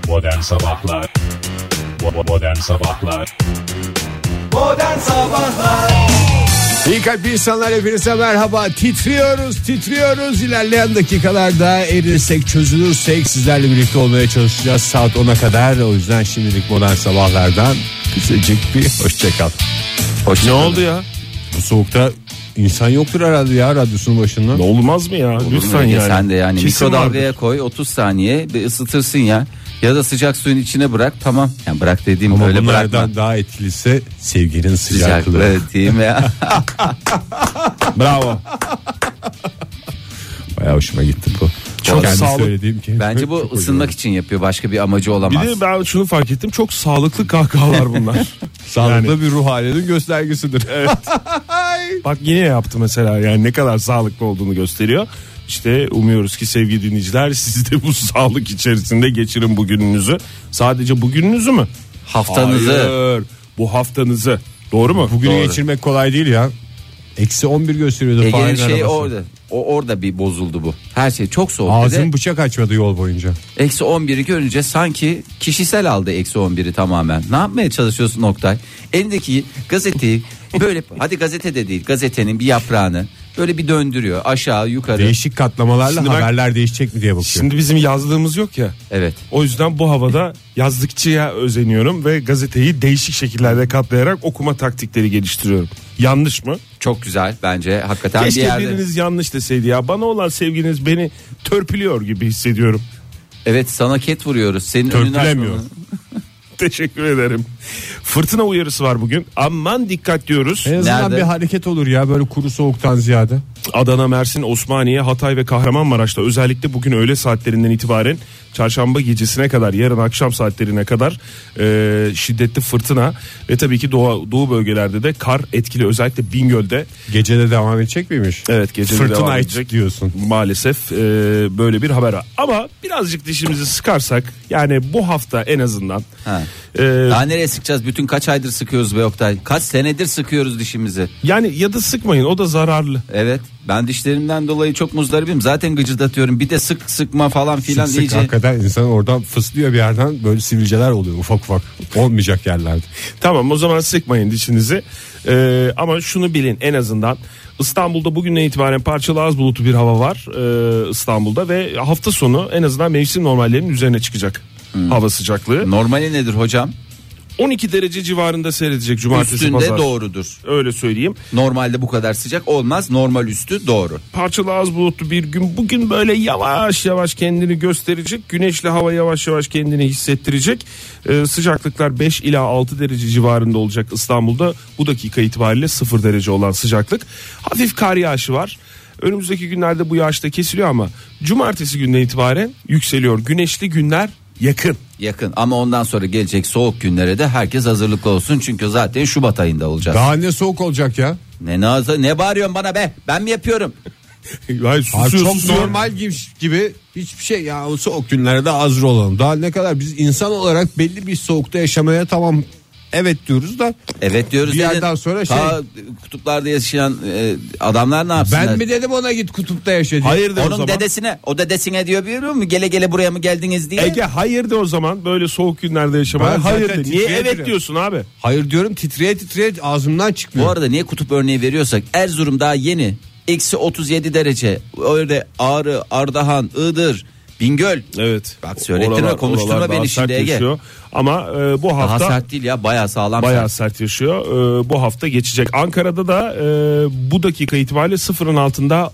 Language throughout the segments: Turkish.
Modern Sabahlar. Modern Sabahlar. Modern Sabahlar. İyi kalpli insanlar, hepinize merhaba. Titriyoruz. İlerleyen dakikalarda erirsek, çözülürsek sizlerle birlikte olmaya çalışacağız saat 10'a kadar. O yüzden şimdilik Modern Sabahlar'dan kısacık bir hoşçakal. Ne oldu ya? Bu soğukta insan yoktur herhalde ya radyosunun başında. Ne olmaz mı ya? Lütfen yani. yani. Sen de yani Kesin mikrodalgaya vardır. koy 30 saniye bir ısıtırsın ya. Ya da sıcak suyun içine bırak, tamam. Yani bırak dediğim Ama öyle bunlardan bırakma. daha etkilisi sevginin sıcaklığı. Sıcaklığı değil mi ya? Bravo. Bayağı hoşuma gitti bu. Çok Kendi sağlık- söylediğim kelime Bence bu çok ısınmak hoşuma için yapıyor. Başka bir amacı Bir olamaz. de ben şunu fark ettim. Çok sağlıklı kahkahalar bunlar. gitti. Sağlıklı bir ruh halinin göstergesidir. Evet. Bak yine yaptı mesela. Yani ne kadar sağlıklı olduğunu gösteriyor. İşte umuyoruz ki sevgili dinleyiciler siz de bu sağlık içerisinde geçirin bugününüzü. Sadece bugününüzü mü? Haftanızı. Hayır. Bu haftanızı. Doğru mu? Bugünü Doğru. geçirmek kolay değil ya. Eksi 11 gösteriyordu. Ege'nin Fahir'in şey arabası. orada. Orada bir bozuldu bu. Her şey çok soğuk. Ağzım bıçak açmadı yol boyunca. Eksi 11'i görünce sanki kişisel aldı eksi 11'i tamamen. Ne yapmaya çalışıyorsun Oktay? Elindeki gazeteyi böyle hadi gazete de değil, gazetenin bir yaprağını böyle bir döndürüyor aşağı yukarı. Değişik katlamalarla Şimdi ben- haberler değişecek mi diye bakıyor. Şimdi bizim yazdığımız yok ya. Evet. O yüzden bu havada yazdıkçıya özeniyorum ve gazeteyi değişik şekillerde katlayarak okuma taktikleri geliştiriyorum. Yanlış mı? Çok güzel bence hakikaten Keşke bir yerde. biriniz yanlış deseydi ya. Bana olan sevginiz beni törpülüyor gibi hissediyorum. Evet, sana ket vuruyoruz. Senin önünü Törpülemiyor. açmanı- Teşekkür ederim. Fırtına uyarısı var bugün. Aman dikkat diyoruz. En azından Nerede? bir hareket olur ya böyle kuru soğuktan ziyade. Adana, Mersin, Osmaniye, Hatay ve Kahramanmaraş'ta özellikle bugün öğle saatlerinden itibaren çarşamba gecesine kadar, yarın akşam saatlerine kadar şiddetli fırtına ve tabii ki doğu bölgelerde de kar etkili, özellikle Bingöl'de. Gecede devam edecek miymiş? Evet, gece Fırtına devam hiç edecek diyorsun. Maalesef böyle bir haber var. Ama birazcık dişimizi sıkarsak, yani bu hafta en azından Ha. e, Daha nereye sıkacağız? Bütün kaç aydır sıkıyoruz be Oktay? Kaç senedir sıkıyoruz dişimizi? yani ya da sıkmayın, o da zararlı. Evet, ben dişlerimden dolayı çok muzdaribim. Zaten gıcırdatıyorum. Bir de sıkma falan filan Sık sık iyice. hakikaten insan oradan fıslıyor bir yerden böyle sivilceler oluyor ufak ufak. Olmayacak yerlerde. Tamam, o zaman sıkmayın dişinizi. Ama şunu bilin, en azından İstanbul'da bugünden itibaren parçalı az bulutlu bir hava var İstanbul'da ve hafta sonu en azından mevsim normallerinin üzerine çıkacak hava sıcaklığı. Normali nedir hocam? 12 derece civarında seyredecek cumartesi Üstünde pazar. doğrudur. Öyle söyleyeyim. Normalde bu kadar sıcak olmaz. Normal üstü doğru. Parçalı az bulutlu bir gün, bugün böyle yavaş yavaş kendini gösterecek. Güneşli hava yavaş yavaş kendini hissettirecek. Sıcaklıklar 5 ila 6 derece civarında olacak İstanbul'da. Bu dakika itibariyle 0 derece olan sıcaklık. Hafif kar yağışı var. Önümüzdeki günlerde bu yağış da kesiliyor ama cumartesi günden itibaren yükseliyor. Güneşli günler yakın. Yakın ama ondan sonra gelecek soğuk günlere de herkes hazırlıklı olsun. Çünkü zaten Şubat ayında olacağız. Daha ne soğuk olacak ya? Ne bağırıyorsun bana be? Ben mi yapıyorum? Hayır, susuyor, Çok susuyor. normal gibi hiçbir şey ya, o soğuk günlerde hazır olalım. Daha ne kadar biz insan olarak belli bir soğukta yaşamaya tamam evet diyoruz da. Evet diyoruz. Bir dedin. yerden sonra Ta kutuplarda yaşayan adamlar ne yapsınlar? Ben mi dedim ona git kutupta yaşa diye. Hayır de o Onun zaman. dedesine diyor biliyor musun? Gele buraya mı geldiniz diye. Ege hayır de o zaman, böyle soğuk günlerde yaşamaya. Ben Hayır zaten de. Niye titreye evet titreye. diyorsun abi? Hayır diyorum, titreye titreye ağzımdan çıkmıyor. Bu arada niye kutup örneği veriyorsak, Erzurum daha yeni. Eksi 37 derece. Öyle Ağrı, Ardahan, Iğdır, Bingöl. Evet. Bak söylettirme, konuşturma oralar beni daha şimdi sert Ege. yaşıyor. Ama bu Daha hafta sert değil ya, bayağı sağlam. bayağı sert. sert yaşıyor. Bu hafta geçecek. Ankara'da da bu dakika itibariyle sıfırın altında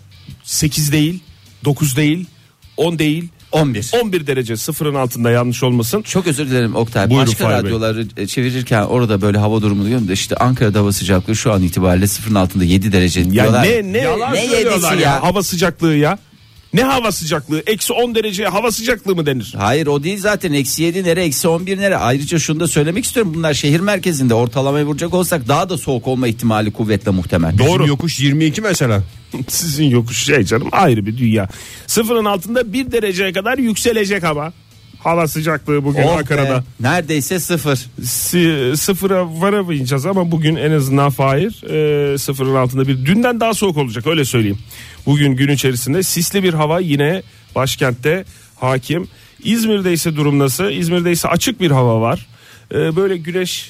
8 değil, 9 değil, 10 değil, 11. 11 derece, sıfırın altında, yanlış olmasın. Çok özür dilerim Oktay. Buyurun Başka Fahir Bey. radyoları çevirirken orada böyle hava durumunu diyorum da işte Ankara'da hava sıcaklığı şu an itibariyle sıfırın altında 7 derece Ya diyorlar. ne Yalan ne söylüyorlar yedisi ya? Hava sıcaklığı ya. Ne hava sıcaklığı? Eksi 10 dereceye hava sıcaklığı mı denir? Hayır, o değil zaten. Eksi 7 nere, eksi 11 nere? Ayrıca şunu da söylemek istiyorum. Bunlar şehir merkezinde, ortalamaya vuracak olsak daha da soğuk olma ihtimali kuvvetle muhtemel. Bizim Doğru. yokuş 22 mesela. Sizin yokuş canım, ayrı bir dünya. Sıfırın altında 1 dereceye kadar yükselecek hava. Hava sıcaklığı bugün Oh be, Ankara'da. neredeyse sıfır. Sıfıra varamayacağız ama bugün en azından Fahir sıfırın altında bir. Dünden daha soğuk olacak, öyle söyleyeyim. Bugün gün içerisinde sisli bir hava yine başkentte hakim. İzmir'de ise durum nasıl? İzmir'de ise açık bir hava var. Böyle güneş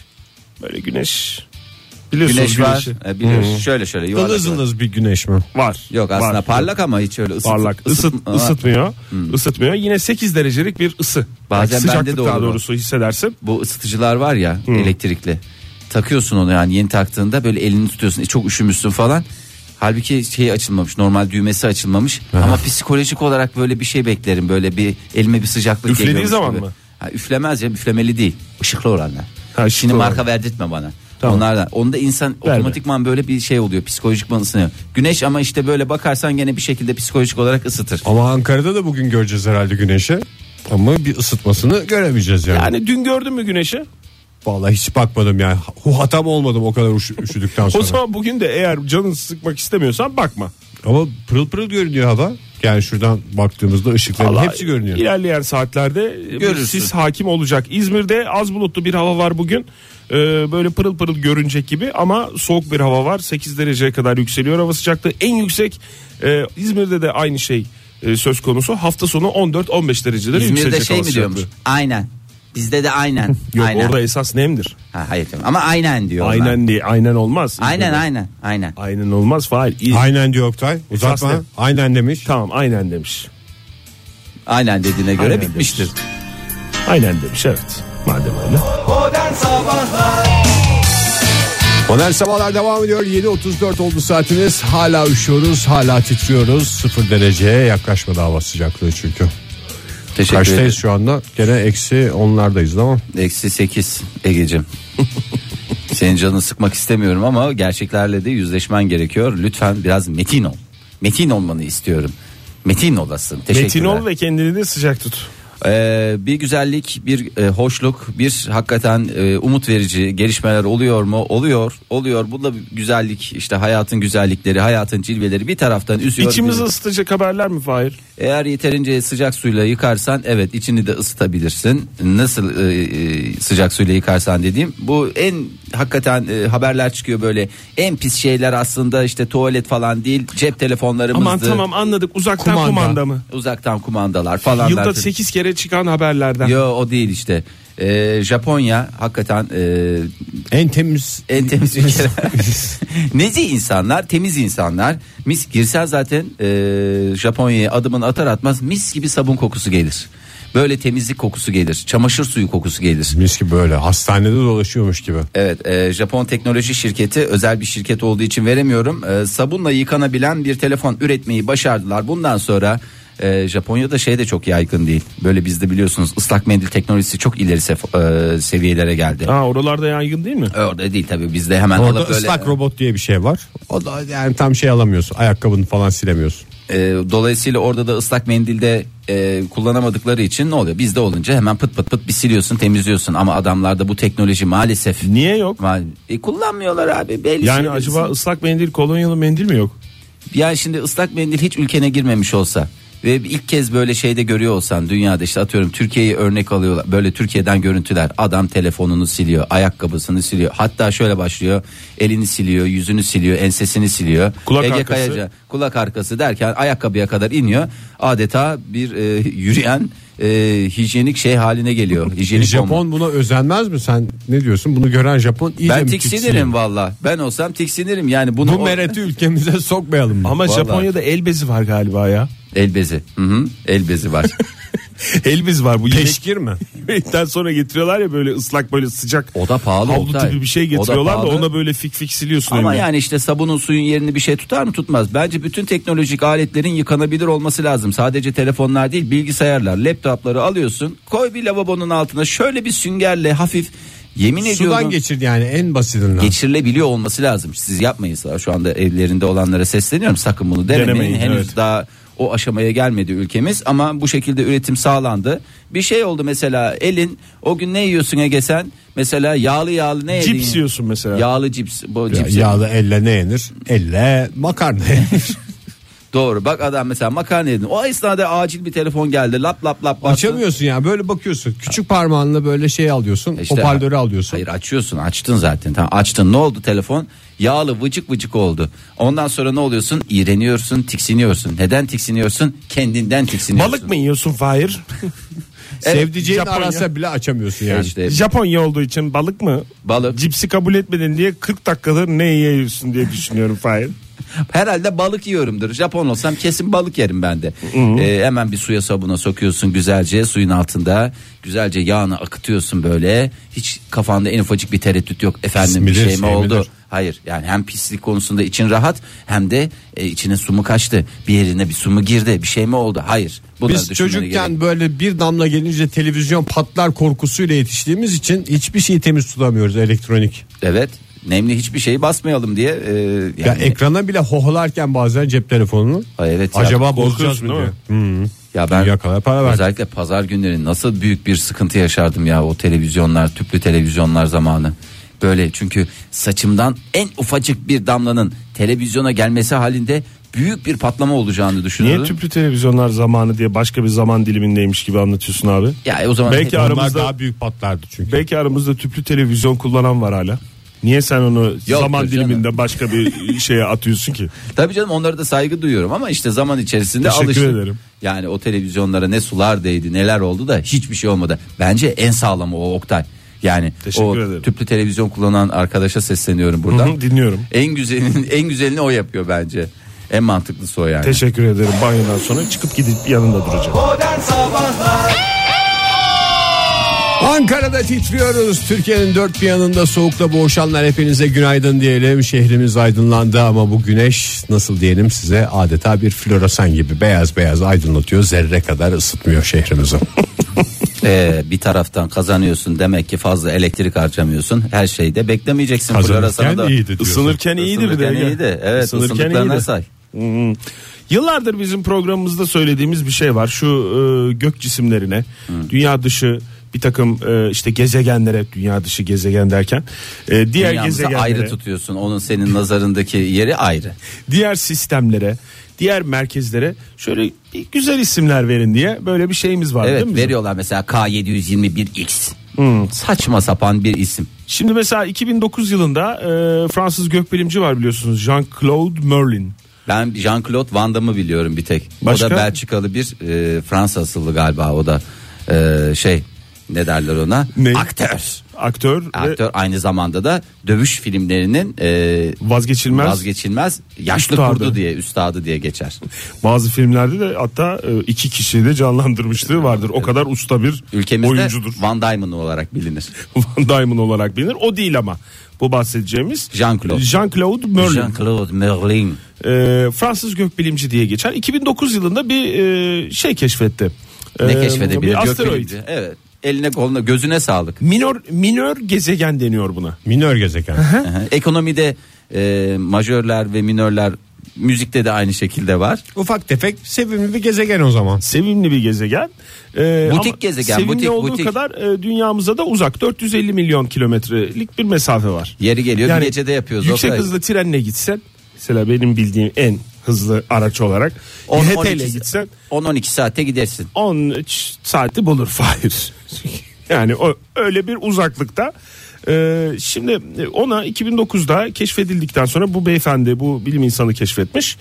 biliyorsunuz Güneş var. güneşi. Biliyoruz. Şöyle yuvarlak. Ilız ılız bir güneş mi? Var. Yok aslında var. parlak ama hiç öyle Parlak. Isıtmıyor. Yine 8 derecelik bir ısı. Bazen sıcaklık bende de daha olur bu. doğrusu hissedersin. Bu ısıtıcılar var ya elektrikli. Takıyorsun onu yani yeni taktığında böyle elini tutuyorsun. Çok üşümüşsün falan. Halbuki şey açılmamış, normal düğmesi açılmamış. Ama psikolojik olarak böyle bir şey beklerim. Böyle bir elime bir sıcaklık Üflediği geliyormuş zaman gibi. mı? Ha, üflemez ya, üflemeli değil. Işıklı olanlar. Ha, Şimdi ışıklı marka olan. verdirtme bana. Tamam. Onlardan. Onda insan otomatikman böyle bir şey oluyor. Psikolojikman ısınıyor. Güneş ama işte böyle bakarsan gene bir şekilde psikolojik olarak ısıtır. Ama Ankara'da da bugün göreceğiz herhalde güneşi. Ama bir ısıtmasını göremeyeceğiz yani. Yani dün gördün mü güneşi? Vallahi hiç bakmadım yani. Hatam olmadım o kadar üşüdükten sonra. O zaman bugün de eğer canını sıkmak istemiyorsan bakma. Ama pırıl pırıl görünüyor hava. Yani şuradan baktığımızda ışıkların Allah, hepsi görünüyor. İlerleyen saatlerde Görürsün. sis hakim olacak. İzmir'de az bulutlu bir hava var bugün. Böyle pırıl pırıl görünecek gibi ama soğuk bir hava var. 8 dereceye kadar yükseliyor hava sıcaklığı. En yüksek İzmir'de de aynı şey söz konusu. Hafta sonu 14-15 dereceleri İzmir'de yükselecek şey hava mi diyormuş? sıcaklığı. Aynen. Bizde de aynen. Yok aynen. orada esas nemdir. Ha, hayır canım. Ama aynen diyorlar. Aynen diye aynen olmaz. Aynen. Aynen olmaz Fahir. Aynen diyor Oktay. Esas Uzatma. ne? Aynen demiş. Tamam aynen demiş. Aynen dediğine göre Aynen bitmiştir. Aynen demiş evet. Madem öyle. Modern Sabahlar Modern Sabahlar devam ediyor. 7.34 oldu saatimiz. Hala üşüyoruz. Hala titriyoruz. 0 dereceye yaklaşmadı hava sıcaklığı çünkü. Teşekkür ederim. Kaçtayız şu anda? Gene eksi 10'lardayız ama. Eksi 8 Egeciğim. Senin canını sıkmak istemiyorum ama gerçeklerle de yüzleşmen gerekiyor. Lütfen biraz metin ol. Metin olmanı istiyorum. Metin olasın. Teşekkürler. Metin ol ve kendini de sıcak tut. Bir güzellik, bir hoşluk, bir hakikaten umut verici gelişmeler oluyor mu? Oluyor. Bu da bir güzellik, işte hayatın güzellikleri, hayatın cilveleri bir taraftan üzüyor. İçimizi ısıtacak haberler mi Fahir? Eğer yeterince sıcak suyla yıkarsan evet içini de ısıtabilirsin. Nasıl sıcak suyla yıkarsan dediğim bu en hakikaten haberler çıkıyor böyle. En pis şeyler aslında işte tuvalet falan değil, cep telefonlarımızdı. Aman tamam anladık, uzaktan kumanda mı? Uzaktan kumandalar falan. Yılda 8 kere çıkan haberlerden. Yo o değil işte. Japonya hakikaten En temiz ülkeler. Nezih insanlar, temiz insanlar. Mis girsen zaten Japonya'ya adımını atar atmaz mis gibi sabun kokusu gelir. Böyle temizlik kokusu gelir. Çamaşır suyu kokusu gelir. mis gibi böyle hastanede dolaşıyormuş gibi. Evet, Japon teknoloji şirketi, özel bir şirket olduğu için veremiyorum. Sabunla yıkanabilen bir telefon üretmeyi başardılar. Bundan sonra Japonya'da şey de çok yaygın değil. Böyle bizde biliyorsunuz ıslak mendil teknolojisi çok ileri seviyelere geldi. Oralarda yaygın değil mi? Orada değil tabii, bizde hemen Orada alıp böyle ıslak robot diye bir şey var. O da yani tam şey alamıyorsun. Ayakkabını falan silemiyorsun. dolayısıyla orada da ıslak mendilde kullanamadıkları için ne oluyor? Bizde olunca hemen pıt pıt bir siliyorsun, temizliyorsun ama adamlarda bu teknoloji maalesef Niye yok? kullanmıyorlar abi. Belli Yani şeyler acaba için. ıslak mendil, kolonyalı mendil mi yok? Yani şimdi ıslak mendil hiç ülkene girmemiş olsa ve ilk kez böyle şeyde görüyor olsan dünyada, işte atıyorum Türkiye'yi örnek alıyorlar, böyle Türkiye'den görüntüler, adam telefonunu siliyor, ayakkabısını siliyor, hatta şöyle başlıyor, elini siliyor, yüzünü siliyor, ensesini siliyor, Kulak Ege arkası. Kayaca kulak arkası derken ayakkabıya kadar iniyor, adeta bir yürüyen hijyenik şey haline geliyor. Hijyenik Japon buna özenmez mi? Sen ne diyorsun? Bunu gören Japon iyice ben mi tiksinirim valla, ben olsam tiksinirim yani bunu. Bu mereti ülkemize sokmayalım mı? Ama Vallahi. Japonya'da el bezi var galiba ya. El bezi. El bezi var. El bezi var bu. Teşkir mi? Yemekten sonra getiriyorlar ya böyle ıslak, böyle sıcak. O da pahalı. Havlu Oktay. tipi bir şey O da getiriyorlar da pahalı. ona böyle fik siliyorsun. Ama eline. yani işte sabunun suyun yerini bir şey tutar mı? Tutmaz. Bence bütün teknolojik aletlerin yıkanabilir olması lazım. Sadece telefonlar değil, bilgisayarlar, laptopları alıyorsun, koy bir lavabonun altına, şöyle bir süngerle hafif, yemin ediyorum. Sudan geçir yani en basitinden. Geçirilebiliyor olması lazım. Siz yapmayın. Şu anda evlerinde olanlara sesleniyorum. Sakın bunu denemeyin. Denemeyin, Henüz evet. daha o aşamaya gelmedi ülkemiz ama bu şekilde üretim sağlandı. Bir şey oldu mesela, elin o gün ne yiyorsun Ege sen? Mesela yağlı ne yedin? Cips yiyorsun mesela. Yağlı cips. Bu Ya, cips. yağlı elle ne yenir? Elle makarna yenir. Doğru, bak adam mesela makarna yedin. O esnada acil bir telefon geldi. Lap bastı. Açamıyorsun ya, böyle bakıyorsun. Küçük parmağınla böyle şey alıyorsun. İşte, hoparlörü alıyorsun. Hayır, açtın zaten. Tamam, açtın, ne oldu telefon? Yağlı vıcık oldu. Ondan sonra ne oluyorsun? İğreniyorsun, tiksiniyorsun. Neden tiksiniyorsun? Kendinden tiksiniyorsun. Balık mı yiyorsun Fahir? Sevdiceğin Japonya. arasa bile açamıyorsun yani. İşte Japonya olduğu için balık mı? Balık. Cipsi kabul etmedin diye 40 dakikadır ne yiyorsun diye düşünüyorum Fahir. herhalde balık yiyorumdur. Japon olsam kesin balık yerim ben de. Hemen bir suya sabuna sokuyorsun güzelce, suyun altında güzelce yağını akıtıyorsun böyle. Hiç kafanda en ufacık bir tereddüt yok. Efendim bir midir, şey mi şey oldu? midir? Hayır, yani hem pislik konusunda için rahat, hem de içine su mu kaçtı, bir yerine bir su mu girdi, bir şey mi oldu? Hayır. Bunları Biz düşünmene çocukken gerek- böyle bir damla gelince televizyon patlar korkusuyla yetiştiğimiz için hiçbir şeyi temiz tutamıyoruz elektronik. Evet, nemli hiçbir şeyi basmayalım diye. Ya ekrana bile hohlarken bazen cep telefonunu. Evet ya, Acaba bozacağız korkuyorsun mı değil diye. mi? Ya ben Dünya kadar para verdik. özellikle pazar günleri nasıl büyük bir sıkıntı yaşardım ya, o televizyonlar, tüplü televizyonlar zamanı. Böyle, çünkü saçımdan en ufacık bir damlanın televizyona gelmesi halinde büyük bir patlama olacağını düşünürdüm. Niye tüplü televizyonlar zamanı diye başka bir zaman dilimindeymiş gibi anlatıyorsun abi? Ya o zaman Belki Onlar aramızda daha büyük patlardı çünkü. belki aramızda tüplü televizyon kullanan var hala. Niye sen onu zaman canım. diliminde başka bir şeye atıyorsun ki? tabii canım, onlara da saygı duyuyorum ama işte zaman içerisinde Teşekkür alıştım. ederim. Yani o televizyonlara ne sular değdi, neler oldu da hiçbir şey olmadı. Bence en sağlamı o, Oktay. Yani Teşekkür o ederim. tüplü televizyon kullanan arkadaşa sesleniyorum buradan. Hı hı, dinliyorum. En güzelini o yapıyor bence. En mantıklısı o yani. Teşekkür ederim. Banyodan sonra çıkıp gidip yanında duracağım. Modern Sabahlar Ankara'da titriyoruz. Türkiye'nin dört bir yanında soğukla boğuşanlar, hepinize günaydın diyelim. Şehrimiz aydınlandı ama bu güneş, nasıl diyelim size, adeta bir floresan gibi beyaz beyaz aydınlatıyor. Zerre kadar ısıtmıyor şehrimizi. Bir taraftan kazanıyorsun, demek ki fazla elektrik harcamıyorsun. Her şeyde beklemeyeceksin. Floresanı Kazanırken da. iyiydi diyorsun. Isınırken iyiydi bir de. Isınırken iyiydi. Evet, Isınırken ısındıklarına iyiydi. say. Yıllardır bizim programımızda söylediğimiz bir şey var. Şu gök cisimlerine, dünya dışı bir takım işte gezegenlere, dünya dışı gezegen derken diğer Dünyamızı gezegenlere, ayrı tutuyorsun. Onun senin nazarındaki yeri ayrı. diğer sistemlere, diğer merkezlere şöyle bir güzel isimler verin diye böyle bir şeyimiz var, değil Evet, mi bizim? veriyorlar mesela K721X. Saçma sapan bir isim. Şimdi mesela 2009 yılında Fransız gökbilimci var biliyorsunuz, Jean-Claude Merlin. Ben Jean-Claude Van Damme'ı biliyorum bir tek. Başka? O da Belçikalı bir Fransa asıllı galiba. O da ne derler ona? Ne? Aktör. Aktör ve Aktör, aynı zamanda da dövüş filmlerinin vazgeçilmez yaşlı üstadı. kurdu diye, üstadı diye geçer. bazı filmlerde de hatta iki kişiyi de canlandırmışlığı vardır. O kadar usta bir Ülkemizde oyuncudur. Van Diamond olarak bilinir. Van Diamond olarak bilinir. O değil ama bu bahsedeceğimiz Jean-Claude. Jean-Claude Merlin. Jean-Claude Merlin. Fransız gökbilimci diye geçer. 2009 yılında bir şey keşfetti. Ne keşfedebilir? Bir asteroid. Gökbilimci. Evet. Eline koluna gözüne sağlık. Minör gezegen deniyor buna. Minör gezegen. Aha. Ekonomide majörler ve minörler, müzikte de aynı şekilde var. Ufak tefek sevimli bir gezegen o zaman. Sevimli bir gezegen. Butik Ama gezegen, sevimli butik, olduğu butik. kadar dünyamıza da uzak. 450 milyon kilometrelik bir mesafe var. Yeri geliyor Yani bir gecede yapıyoruz. Yüksek Oktay. hızlı trenle gitsen, mesela benim bildiğim en hızlı araç olarak 10, YHT ile 12 gitsen 10-12 saate gidersin. 13 saati bulur Fahir. Yani öyle bir uzaklıkta. Şimdi ona 2009'da keşfedildikten sonra bu beyefendi, bu bilim insanı keşfetmiş.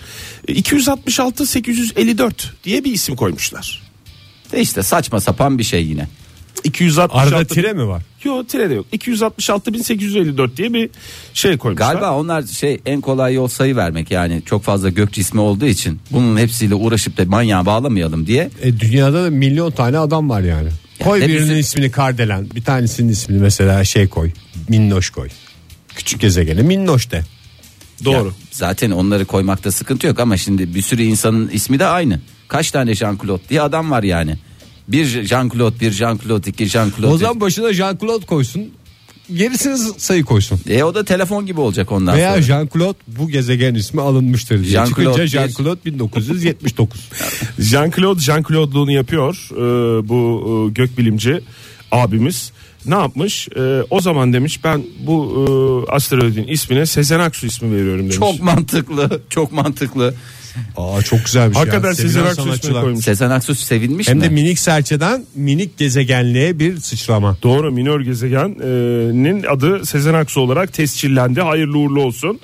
266-854 diye bir isim koymuşlar. İşte saçma sapan bir şey yine. 266 Arada tire mi var? Yok, tire de yok. 266.854 diye bir şey koymuşlar. Galiba onlar en kolay yol sayı vermek, yani çok fazla gök cismi olduğu için bunun hepsiyle uğraşıp da manyağa bağlamayalım diye. Dünyada da milyon tane adam var yani. Koy hepsi- birinin ismini Kardelen, bir tanesinin ismini mesela koy. Minnoş koy. Küçük gezegene Minnoş de. Doğru. Ya, zaten onları koymakta sıkıntı yok ama şimdi bir sürü insanın ismi de aynı. Kaç tane Jean-Claude diye adam var yani. Bir Jean-Claude, bir Jean-Claude, iki Jean-Claude. O zaman başına Jean-Claude koysun. Gerisini sayı koysun. O da telefon gibi olacak ondan Veya sonra. Jean-Claude bu gezegen ismi alınmıştır diye. Jean-Claude Çıkınca bir- Jean-Claude 1979. Jean-Claude'luğunu yapıyor bu gökbilimci abimiz. Ne yapmış? O zaman demiş, ben bu asteroidin ismine Sezen Aksu ismi veriyorum demiş. Çok mantıklı, çok mantıklı. Aa, çok güzelmiş Hakikaten ya. Sezen Sevilen Aksu ismini sanatçılar. koymuş. Sezen Aksu sevinmiş Hem mi? de minik serçeden minik gezegenliğe bir sıçrama. Doğru, minör gezegenin adı Sezen Aksu olarak tescillendi. Hayırlı uğurlu olsun.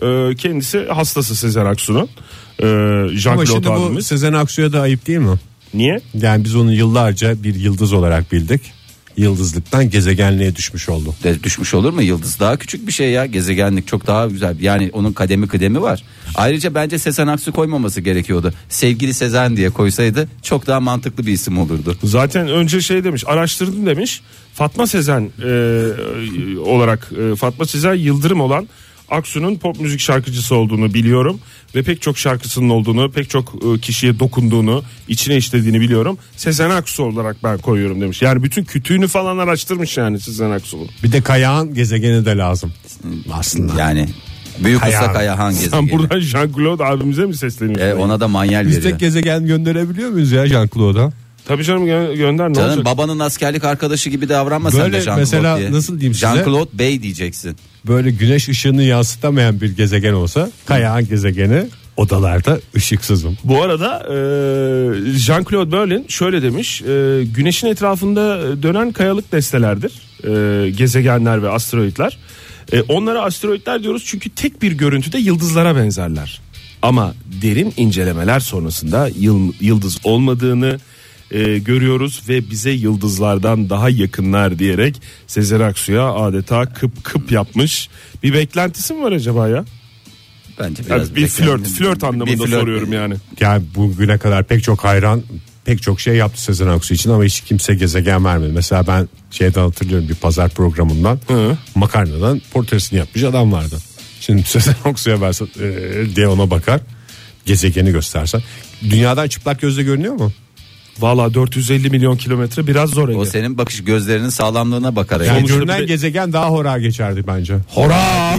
Kendisi hastası Sezen Aksu'nun. Ama Jean-Claude şimdi bu abimiz. Sezen Aksu'ya da ayıp değil mi? Niye? Yani biz onu yıllarca bir yıldız olarak bildik. Yıldızlıktan gezegenliğe düşmüş oldu. Düşmüş olur mu? Yıldız daha küçük bir şey ya. Gezegenlik çok daha güzel. Yani onun kıdemi var. Ayrıca bence Sezen Aksu koymaması gerekiyordu. Sevgili Sezen diye koysaydı çok daha mantıklı bir isim olurdu. Zaten önce şey demiş, araştırdım demiş. Fatma Sezen olarak Fatma Sezen Yıldırım olan Aksu'nun pop müzik şarkıcısı olduğunu biliyorum ve pek çok şarkısının olduğunu, pek çok kişiye dokunduğunu, içine işlediğini biliyorum. Sezen Aksu olarak ben koyuyorum demiş. Yani bütün kütüğünü falan araştırmış yani Sezen Aksu'nun. Bir de Kayağan gezegeni de lazım aslında. Yani büyük Kayahan. usta Kayahan gezegeni. Sen buradan Jean-Claude abimize mi sesleniyorsun? Ona da manyel Biz veriyor. tek gezegen gönderebiliyor muyuz ya Jean-Claude'a? Tabii canım gönder, ne Canım, olacak? babanın askerlik arkadaşı gibi davranma sen de Böyle Jean-Claude mesela diye. nasıl diyeyim size? Jean-Claude Bey diyeceksin. Böyle güneş ışığını yansıtamayan bir gezegen olsa Kayağan gezegeni, odalarda ışıksızım. Bu arada Jean-Claude Berlin şöyle demiş. Güneşin etrafında dönen kayalık destelerdir gezegenler ve asteroidler. Onlara asteroidler diyoruz çünkü tek bir görüntüde yıldızlara benzerler. Ama derin incelemeler sonrasında yıldız olmadığını görüyoruz ve bize yıldızlardan daha yakınlar diyerek Sezen Aksu'ya adeta kıp yapmış. Bir beklentisi mi var acaba ya? Bence Yani biraz bir flört anlamında soruyorum yani. Yani bugüne kadar pek çok hayran pek çok şey yaptı Sezen Aksu için ama hiç kimse gezegen vermedi. Mesela ben şeyden hatırlıyorum, bir pazar programından makarnadan portresini yapmış adam vardı. Şimdi Sezen Aksu'ya versen diye ona bakar, gezegeni göstersen. Dünyadan çıplak gözle görünüyor mu? Valla 450 milyon kilometre biraz zor. O senin bakış gözlerinin sağlamlığına bakarak. Yani Sonuçta görünen bir de- gezegen daha hora geçerdi bence. Hora!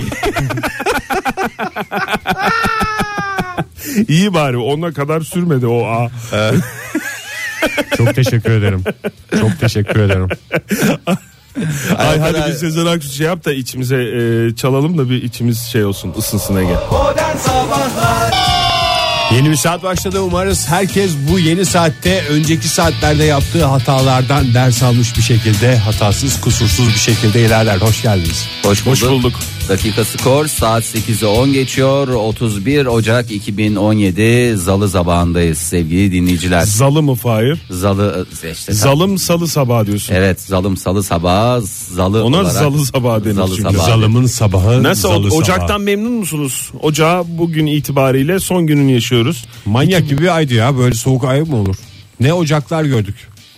İyi bari ona kadar sürmedi o A. Çok teşekkür ederim. Çok teşekkür ederim. Ay kadar- hadi bir Sezen Aksu şey yap da içimize çalalım da bir içimiz şey olsun, ısınsın Ege. Modern Sabahlar Yeni bir saat başladı. Umarız herkes bu yeni saatte önceki saatlerde yaptığı hatalardan ders almış bir şekilde, hatasız kusursuz bir şekilde ilerler. Hoş geldiniz. Hoş Hoş bulduk. Dakika skor saat 8'e 10 geçiyor. 31 Ocak 2017 Zalı sabahındayız sevgili dinleyiciler. Zalı mı Fahir? Zalı işte. Zalım salı sabah diyorsun. Evet, zalım salı sabahı zalı Ona olarak. zalı sabah denir Zalı çünkü. sabah. Zalımın sabahı. Nasıl zalı Ocak'tan sabahı. memnun musunuz? Ocağı bugün itibariyle son gününü yaşıyoruz. Manyak gibi bir aydı ya, böyle soğuk ay mı olur? Ne ocaklar gördük.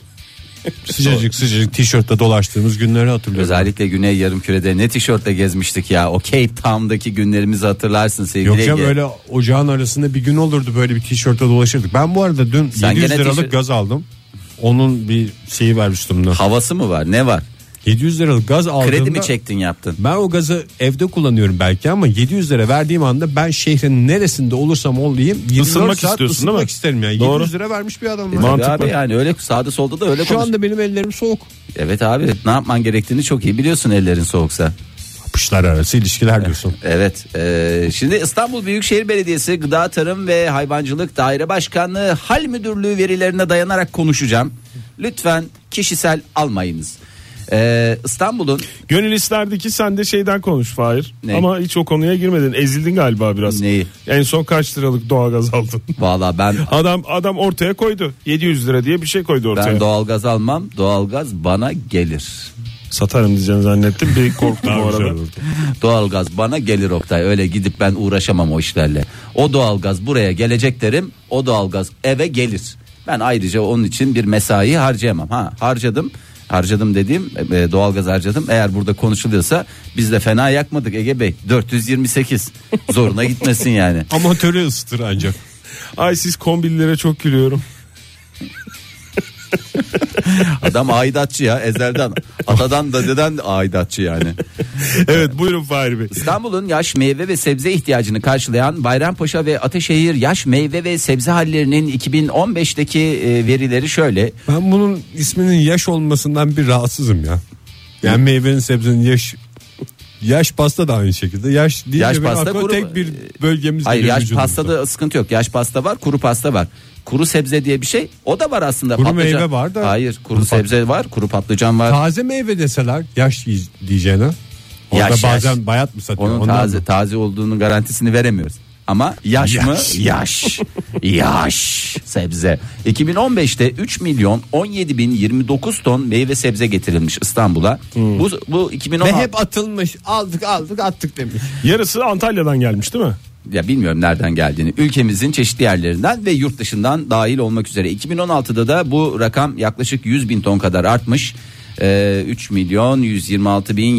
sıcacık tişörtle dolaştığımız günleri hatırlıyorum. Özellikle Güney Yarımküre'de ne tişörtle gezmiştik ya. O Cape Town'daki günlerimizi hatırlarsın sevgili Yok canım, Ege. öyle ocağın arasında bir gün olurdu böyle bir tişörtle dolaşırdık. Ben bu arada dün Sen 700 gene liralık tişört- gaz aldım. Onun bir şeyi var üstümde. Havası mı var, ne var? 700 liralık gaz aldığımda Kredi mi çektin yaptın? ben o gazı evde kullanıyorum belki ama 700 lira verdiğim anda ben şehrin neresinde olursam olayım 24 Isınmak saat istiyorsun, değil mi? ısınmak isterim yani. Doğru. 700 lira vermiş bir adam var. Mantıklı. Abi yani öyle sağda solda da öyle Şu konuş. anda benim ellerim soğuk. Evet abi, ne yapman gerektiğini çok iyi biliyorsun ellerin soğuksa. Apışlar arası ilişkiler diyorsun. Evet, şimdi İstanbul Büyükşehir Belediyesi Gıda Tarım ve Hayvancılık Daire Başkanlığı Hal Müdürlüğü verilerine dayanarak konuşacağım. Lütfen kişisel almayınız. İstanbul'un Gönül isterdi ki sen de şeyden konuş Fahir. Ne? Ama hiç o konuya girmedin. Ezildin galiba biraz. Neyi? En son kaç liralık doğalgaz aldın? valla ben Adam ortaya koydu. 700 lira diye bir şey koydu ortaya. doğalgaz almam, doğalgaz bana gelir. Satarım diyeceğim zannettim. Bir korktum bu arada. Doğalgaz bana gelir Oktay, öyle gidip ben uğraşamam o işlerle. O doğalgaz buraya gelecek derim, o doğalgaz eve gelir. Ben ayrıca onun için bir mesai harcayamam. Harcadım dediğim doğalgaz harcadım. Eğer burada konuşuluyorsa biz de fena yakmadık Ege Bey. 428 zoruna gitmesin yani. Amatörü ısıtır ancak. Ay siz kombililere çok gülüyorum. Adam aidatçı ya, ezelden atadan dededen aidatçı yani. Evet buyurun Fahir Bey. İstanbul'un yaş meyve ve sebze ihtiyacını karşılayan Bayrampaşa ve Ataşehir yaş meyve ve sebze hallerinin 2015'teki verileri şöyle. Ben bunun isminin yaş olmasından bir rahatsızım ya. Yani meyvenin sebzenin yaş pasta da aynı şekilde. Yaş deyince Yaş benim pasta aklıma kuru- tek bir bölgemiz Hayır, geliyor yaş vücudumuzda. pastada sıkıntı yok. Yaş pasta var, kuru pasta var. Kuru sebze diye bir şey, o da var aslında. Kuru Patlıcan. meyve var da- Hayır, kuru sebze var, kuru patlıcan var. Taze meyve deseler yaş diyeceğine. Orada Yaş, bazen yaş. bayat mı satıyor? Onun Ondan mı? taze olduğunun garantisini veremiyoruz. Ama yaş mı? Yaş. Sebze. 2015'te 3 milyon 17 bin 29 ton meyve sebze getirilmiş İstanbul'a. Bu 2016. Ve hep atılmış. Aldık attık demiş. Yarısı Antalya'dan gelmiş değil mi? Ya bilmiyorum nereden geldiğini. Ülkemizin çeşitli yerlerinden ve yurt dışından dahil olmak üzere. 2016'da da bu rakam yaklaşık 100 bin ton kadar artmış. 3 milyon 126 bin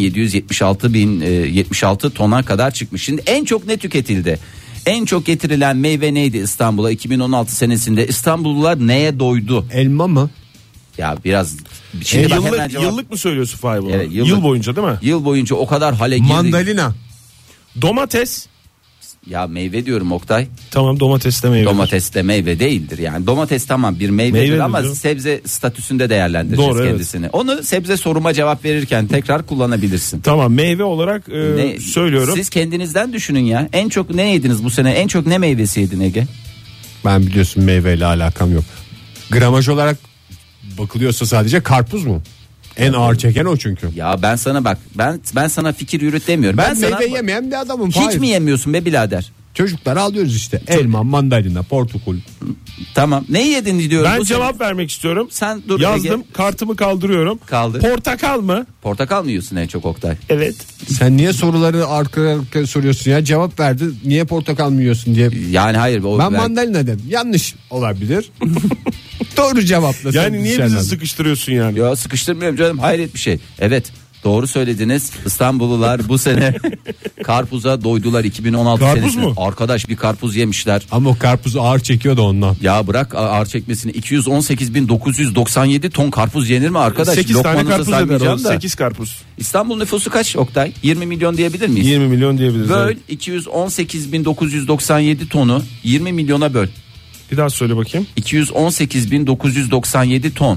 76 tona kadar çıkmış. Şimdi en çok ne tüketildi? En çok getirilen meyve neydi İstanbul'a 2016 senesinde? İstanbullular neye doydu? Elma mı? Ya biraz şimdi bak hemen cevap- Yıllık mı söylüyorsun Fahir bunu? Evet, yıllık. Yıl boyunca değil mi? Yıl boyunca o kadar hale girdi. Mandalina. Domates. Ya meyve diyorum Oktay. Tamam, domates de meyve. Domates de meyve değildir yani. Domates tamam bir meyvedir Meyvedir ama canım. sebze statüsünde değerlendireceğiz Doğru, evet. kendisini. Onu sebze soruma cevap verirken tekrar kullanabilirsin. Tamam, meyve olarak söylüyorum. Siz kendinizden düşünün ya. En çok ne yediniz bu sene? En çok ne meyvesi yedin Ege? Ben biliyorsun meyveyle alakam yok. Gramaj olarak bakılıyorsa sadece karpuz mu? En ağır çeken o çünkü. Ya ben sana bak ben sana fikir yürüt demiyorum. Ben sana, meyve yemeyen bir adamım. hiç Hayır. mi yemiyorsun be birader? Çocuklar alıyoruz işte. Elma, mandalina, portakal. Tamam. Ne yedin diyorum. Ben bu cevap sene? vermek istiyorum. Sen dur Yazdım, Ege. kartımı kaldırıyorum. Kaldır. Portakal mı? Portakal mı yiyorsun en çok Oktay? Evet. Sen niye soruları arka soruyorsun ya? Cevap verdi. Niye portakal mı yiyorsun diye. Yani hayır. Ben mandalina dedim. Yanlış olabilir. Doğru cevapla. Yani niye bizi sıkıştırıyorsun yani? Ya sıkıştırmıyorum canım, hayret bir şey. Evet, doğru söylediniz. İstanbullular bu sene karpuza doydular 2016 Karpuz senesinde. mu? Arkadaş bir karpuz yemişler. Ama o karpuz ağır çekiyor da ondan. Ya bırak ağır çekmesini, 218.997 ton karpuz yenir mi arkadaş? 8 tane Lokmanıza karpuz eder o. saymayacağım da. 8 karpuz. İstanbul nüfusu kaç Oktay? 20 milyon diyebilir miyiz? 20 milyon diyebiliriz. Böl Evet. 218.997 tonu 20 milyona böl. Bir daha söyle bakayım. 218.997 ton.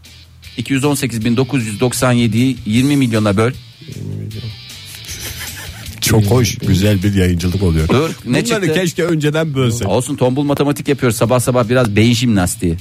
218.997'yi 20 milyona böl. Çok hoş, güzel bir yayıncılık oluyor. Dur, ne Bunları çıktı? keşke önceden bölsek. Olsun, tombul matematik yapıyoruz sabah sabah, biraz beyin jimnastiği.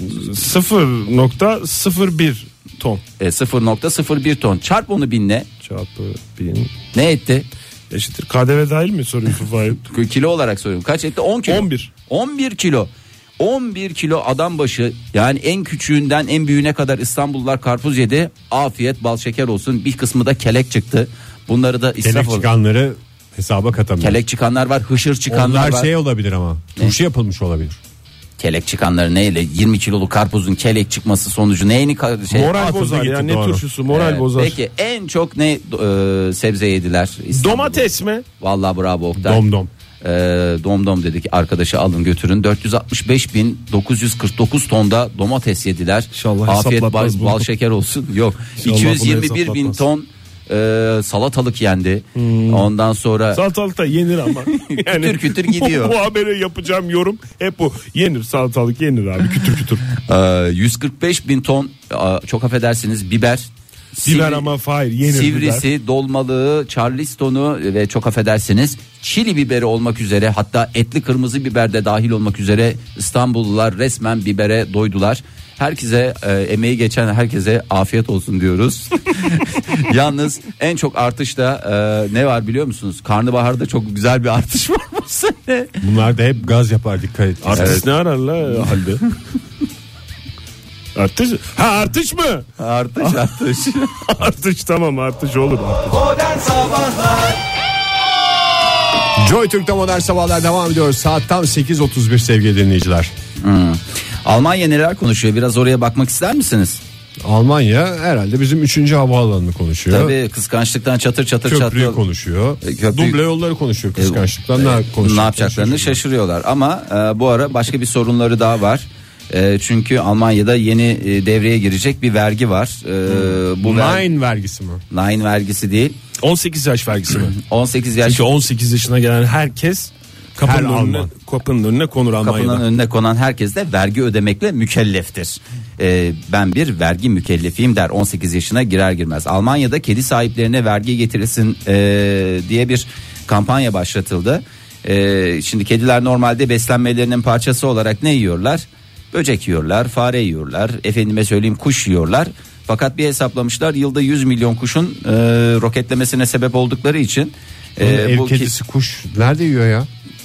0.01 ton. 0.01 ton. Çarp onu binle. Çarpı 1000 Ne etti? eşittir. KDV dahil mi soruyorsun Fahir? Kilo olarak soruyorum. Kaç etti? 10 kilo. 11. 11 kilo. 11 kilo adam başı, yani en küçüğünden en büyüğüne kadar İstanbullular karpuz yedi. Afiyet bal şeker olsun. Bir kısmı da kelek çıktı. Bunları da israf Kelek oldu. çıkanları hesaba katamıyor. Kelek çıkanlar var, hışır çıkanlar Onlar var. şey olabilir ama. Turşu yapılmış olabilir. Kelek çıkanları neyle? 20 kiloluk karpuzun kelek çıkması sonucu neyini Moral atıldı bozar gitti, ya, ne doğru. turşusu, moral Evet, bozar. Peki en çok ne sebze yediler İstanbul'da? Domates mi? Vallahi bravo Oktay. Domdom. Domdom dedik, arkadaşı alın götürün. 465.949 tonda domates yediler. İnşallah Afiyet hesaplatmaz bunu. bal şeker olsun. Yok. İnşallah bunu 221 bin hesaplatmaz. ton salatalık yendi. Ondan sonra Salatalık da yenir ama. Yani Kütür kütür gidiyor. Bu habere yapacağım yorum hep bu. Yenir, salatalık yenir abi, kütür kütür. 145 bin ton çok affedersiniz biber. Biber ama Fahir yenir. Sivrisi, biber. dolmalığı, charleston'u ve çok affedersiniz çili biberi olmak üzere, hatta etli kırmızı biber de dahil olmak üzere İstanbullular resmen bibere doydular. Herkese emeği geçen herkese afiyet olsun diyoruz. Yalnız en çok artış da ne var biliyor musunuz? Karnabaharda çok güzel bir artış var bu sene. Bunlar da hep gaz yapar, dikkat et. Artist ne arar la halde? Artış? Ha, artış mı? Artış. Artış, tamam, artış olur. Artış. Modern Sabahlar Joy Türk'te modern sabahlar devam ediyor. Saat tam 8.31 sevgili dinleyiciler. Almanya neler konuşuyor? Biraz oraya bakmak ister misiniz? Almanya herhalde bizim 3. havaalanını konuşuyor. Tabii kıskançlıktan çatır çatır Köprüyü çatlıyor. konuşuyor. Köprü- Duble yolları konuşuyor kıskançlıktan. Ne yapacaklarını şaşırıyorlar. Ama bu ara başka bir sorunları daha var. Çünkü Almanya'da yeni devreye girecek bir vergi var. Bu Nine vergisi mi? Nine vergisi değil. 18 yaş vergisi mi? 18 yaş Çünkü 18 yaşına gelen herkes kapının Her önüne, Alman. kapının önüne konur Almanya'da. kapının önüne konan herkes de vergi ödemekle mükelleftir. Ben bir vergi mükellefiyim der 18 yaşına girer girmez. Almanya'da kedi sahiplerine vergi getirilsin diye bir kampanya başlatıldı. Şimdi kediler normalde beslenmelerinin parçası olarak ne yiyorlar? Böcek yiyorlar, fare yiyorlar, efendime söyleyeyim kuş yiyorlar. Fakat bir hesaplamışlar, yılda 100 milyon kuşun roketlemesine sebep oldukları için Ev bu kedisi kuş nerede yiyor ya?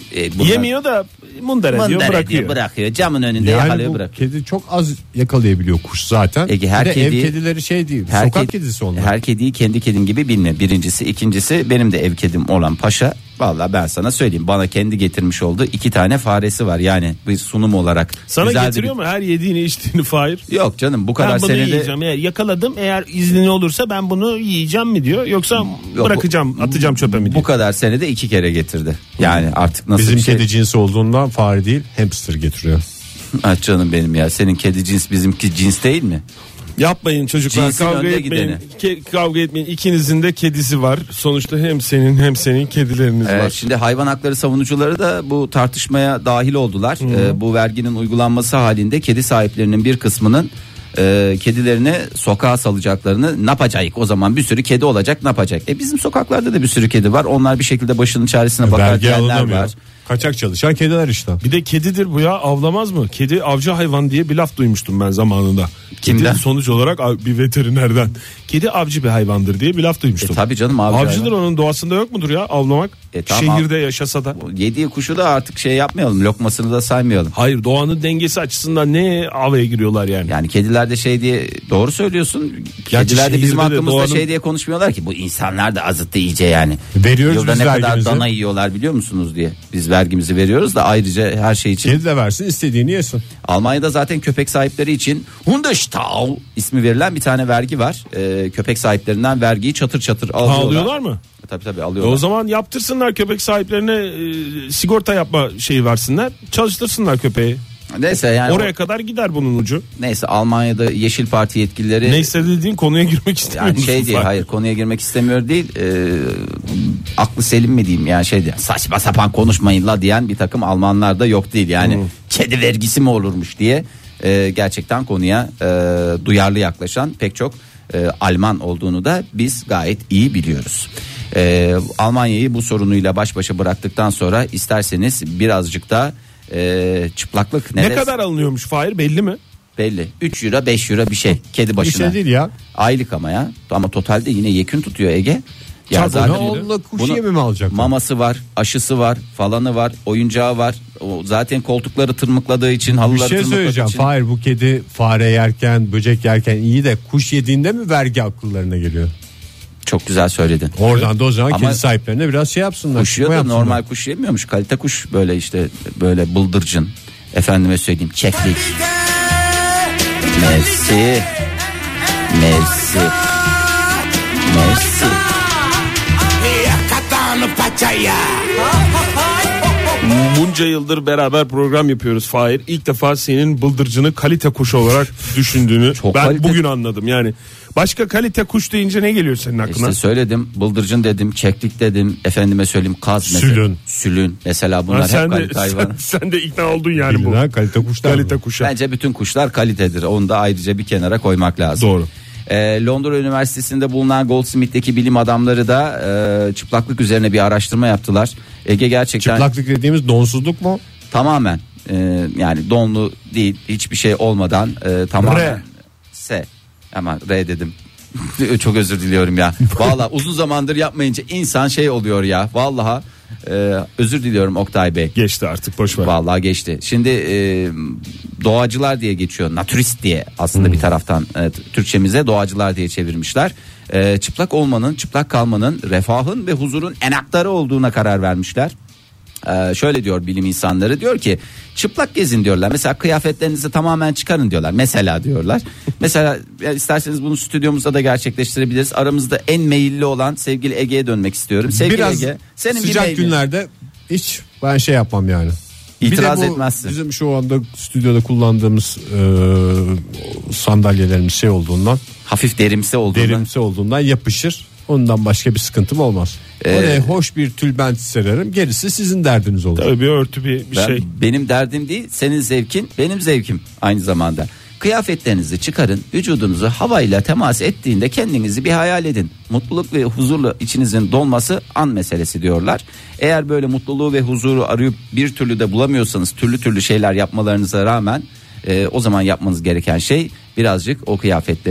Yemiyor da mundar ediyor, bırakıyor. Camın önünde Yani yakalıyor bu bırakıyor. kedi çok az yakalayabiliyor kuş zaten. Ege, her Bir de kedi- ev kedileri şey değil. Sokak kedisi onlar. Her kediyi kendi kedin gibi bilme. Birincisi, ikincisi benim de ev kedim olan Paşa. Vallahi ben sana söyleyeyim, bana kendi getirmiş olduğu 2 tane faresi var. Yani bir sunum olarak. Sana güzel getiriyor mu her yediğini içtiğini Fahir? Yok canım, bu kadar Ben bunu senede. yiyeceğim, eğer yakaladım, eğer izni olursa ben bunu yiyeceğim mi diyor, yoksa Yok, bırakacağım, atacağım çöpe mi diyor. Bu kadar senede 2 kere getirdi. Yani artık nasıl Bizim bir şey. kedi cinsi olduğundan fare değil hamster getiriyor. Ah canım benim ya, senin kedi cins bizimki cins değil mi? Yapmayın çocuklar, Cinsin kavga önde etmeyin. Kavga etmeyin. İkinizin de kedisi var. Sonuçta hem senin hem senin kedileriniz var. Şimdi hayvan hakları savunucuları da bu tartışmaya dahil oldular. Bu verginin uygulanması halinde kedi sahiplerinin bir kısmının kedilerini sokağa salacaklarını, ne yapacak? O zaman bir sürü kedi olacak, ne yapacak? Bizim sokaklarda da bir sürü kedi var. Onlar bir şekilde başının çaresine bakar Vergi diyenler alınamıyor. var. Kaçak çalışan kediler işte. Bir de kedidir bu ya, avlamaz mı? Kedi avcı hayvan diye bir laf duymuştum ben zamanında. Kimden? Kedi sonuç olarak bir veterinerden. Kedi avcı bir hayvandır diye bir laf duymuştum. Tabii canım, Avcıdır, hayvan. onun doğasında yok mudur ya avlamak? Tamam. Şehirde yaşasa da. Yediği kuşu da artık şey yapmayalım, lokmasını da saymayalım. Hayır, doğanın dengesi açısından ne avaya giriyorlar yani. Yani kediler de şey diye, doğru söylüyorsun. Gerçi Kediler de bizim şehirde de hakkımızda doğanın- şey diye konuşmuyorlar ki, bu insanlar da azıttı iyice yani. Veriyoruz Yılda biz ne kadar vergimizi. dana yiyorlar biliyor musunuz diye. Biz vergimizi veriyoruz da ayrıca her şey için. Kedi de versin, istediğini yesin. Almanya'da zaten köpek sahipleri için Hundestau ismi verilen bir tane vergi var. Köpek sahiplerinden vergiyi çatır çatır alıyorlar. Alıyorlar mı? Tabii alıyorlar. O zaman yaptırsınlar, köpek sahiplerine sigorta yapma şeyi versinler. Çalıştırsınlar köpeği. Neyse yani Oraya kadar gider bunun ucu. neyse, Almanya'da Yeşil Parti yetkilileri Neyse dediğin konuya girmek istemiyor yani musun? şey değil, hayır, konuya girmek istemiyor değil, aklı selim mi diyeyim yani, şey diye saçma sapan konuşmayın la diyen bir takım Almanlar da yok değil yani. Kedi vergisi mi olurmuş diye gerçekten konuya duyarlı yaklaşan pek çok Alman olduğunu da biz gayet iyi biliyoruz. Almanya'yı bu sorunuyla baş başa bıraktıktan sonra isterseniz birazcık da çıplaklık Ne kadar alınıyormuş Fahir, belli mi? belli, 3 euro 5 euro bir şey kedi Bir başına. şey değil ya. Aylık ama ya. Ama totalde yine yekün tutuyor Ege. Ya Ne zaten onunla kuş bunu- yemi mi alacak? maması var, aşısı var, falanı var, oyuncağı var. O zaten koltukları tırmıkladığı için, Bir halıları şey tırmıkladığı söyleyeceğim. için. Fahir, bu kedi fare yerken, böcek yerken iyi de kuş yediğinde mi vergi akıllarına geliyor? Çok güzel söyledin. Oradan da o zaman Ama kedi sahiplerine biraz şey yapsınlar. Kuş yiyor çıkma da yapsınlar. normal kuş yemiyormuş. Kalite kuş böyle işte, böyle bıldırcın. Efendime söyleyeyim, çeklik. Mersi. Mersi. Mersi. Bunca yıldır beraber program yapıyoruz Fahir. İlk defa senin bıldırcını kalite kuş olarak düşündüğünü Çok ben kalite. bugün anladım. Yani başka kalite kuş deyince ne geliyor senin aklına? İşte söyledim, bıldırcın dedim, çeklik dedim, efendime söyleyeyim, kaz mesela. Sülün. Sülün mesela, bunlar Ha, hep sen de kalite hayvan. sen de ikna oldun yani bu. Bilinen kalite kuşlar. Kalite bu. kuşa. Bence bütün kuşlar kalitedir. Onu da ayrıca bir kenara koymak lazım. Doğru. Londra Üniversitesi'nde bulunan Goldsmith'teki bilim adamları da çıplaklık üzerine bir araştırma yaptılar. Ege gerçekten Çıplaklık dediğimiz donsuzluk mu? tamamen yani donlu değil, hiçbir şey olmadan tamamen R. S ama R dedim. Çok özür diliyorum ya. Vallahi uzun zamandır yapmayınca insan şey oluyor ya. Vallahi özür diliyorum Oktay Bey. Geçti artık, boş ver. Vallahi geçti. Şimdi doğacılar diye geçiyor. Naturist diye aslında bir taraftan Türkçemize doğacılar diye çevirmişler. Çıplak olmanın, çıplak kalmanın refahın ve huzurun enaktarı olduğuna karar vermişler. Şöyle diyor bilim insanları, diyor ki çıplak gezin diyorlar. Mesela kıyafetlerinizi tamamen çıkarın diyorlar. Mesela diyorlar. Mesela isterseniz bunu stüdyomuzda da gerçekleştirebiliriz. Aramızda en meyilli olan sevgili Ege'ye dönmek istiyorum. Sevgili Biraz Ege, senin sıcak bir meyilli- günlerde hiç ben şey yapmam yani. İtiraz Bir de bu etmezsin. Bizim şu anda stüdyoda kullandığımız sandalyelerimiz şey olduğundan, hafif derimsi olduğundan. derimsi olduğundan yapışır. Ondan başka bir sıkıntım olmaz. Oraya hoş bir tülbent sererim. Gerisi sizin derdiniz olur. Tabii bir örtü, bir şey. Benim derdim değil, senin zevkin benim zevkim aynı zamanda. Kıyafetlerinizi çıkarın, vücudunuzu havayla temas ettiğinde kendinizi bir hayal edin. Mutluluk ve huzurla içinizin dolması an meselesi diyorlar. Eğer böyle mutluluğu ve huzuru arayıp bir türlü de bulamıyorsanız, türlü türlü şeyler yapmalarınıza rağmen o zaman yapmanız gereken şey birazcık o kıyafetleri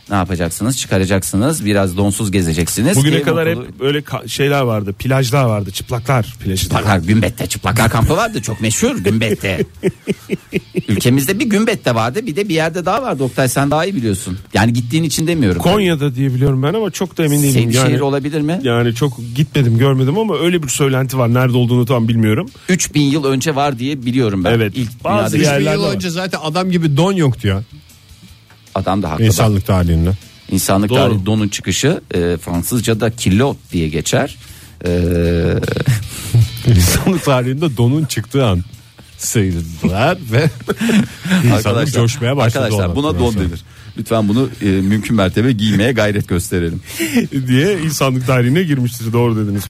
ne yapacaksınız? Çıkaracaksınız. Biraz donsuz gezeceksiniz. Bugüne Ki kadar mutluluğu- hep böyle şeyler vardı. Plajlar vardı. Çıplaklar plajı. Çıplaklar Gümbet'te çıplaklar kampı vardı, çok meşhur Gümbet'te. Ülkemizde bir Gümbet'te vardı, bir de bir yerde daha vardı. Oktay sen daha iyi biliyorsun. Yani gittiğin için demiyorum. Konya'da diye biliyorum ben ama çok da emin değilim. Seydişehir olabilir mi? Yani çok gitmedim, görmedim ama öyle bir söylenti var. Nerede olduğunu tam bilmiyorum. 3000 yıl önce var diye biliyorum ben. Evet. İlk Bazı dünyada Bir yerlerde yıl var. önce zaten adam gibi don yoktu ya. adam da haklı. İnsanlık tarihinde. İnsanlık Doğru. tarihi donun çıkışı Fransızca'da kilot diye geçer. İnsanlık tarihinde donun çıktığı an sayıldılar ve insanlık coşmaya başladı. Arkadaşlar buna don denir. Lütfen bunu mümkün mertebe giymeye gayret gösterelim. diye insanlık tarihine girmiştir. Doğru dediniz.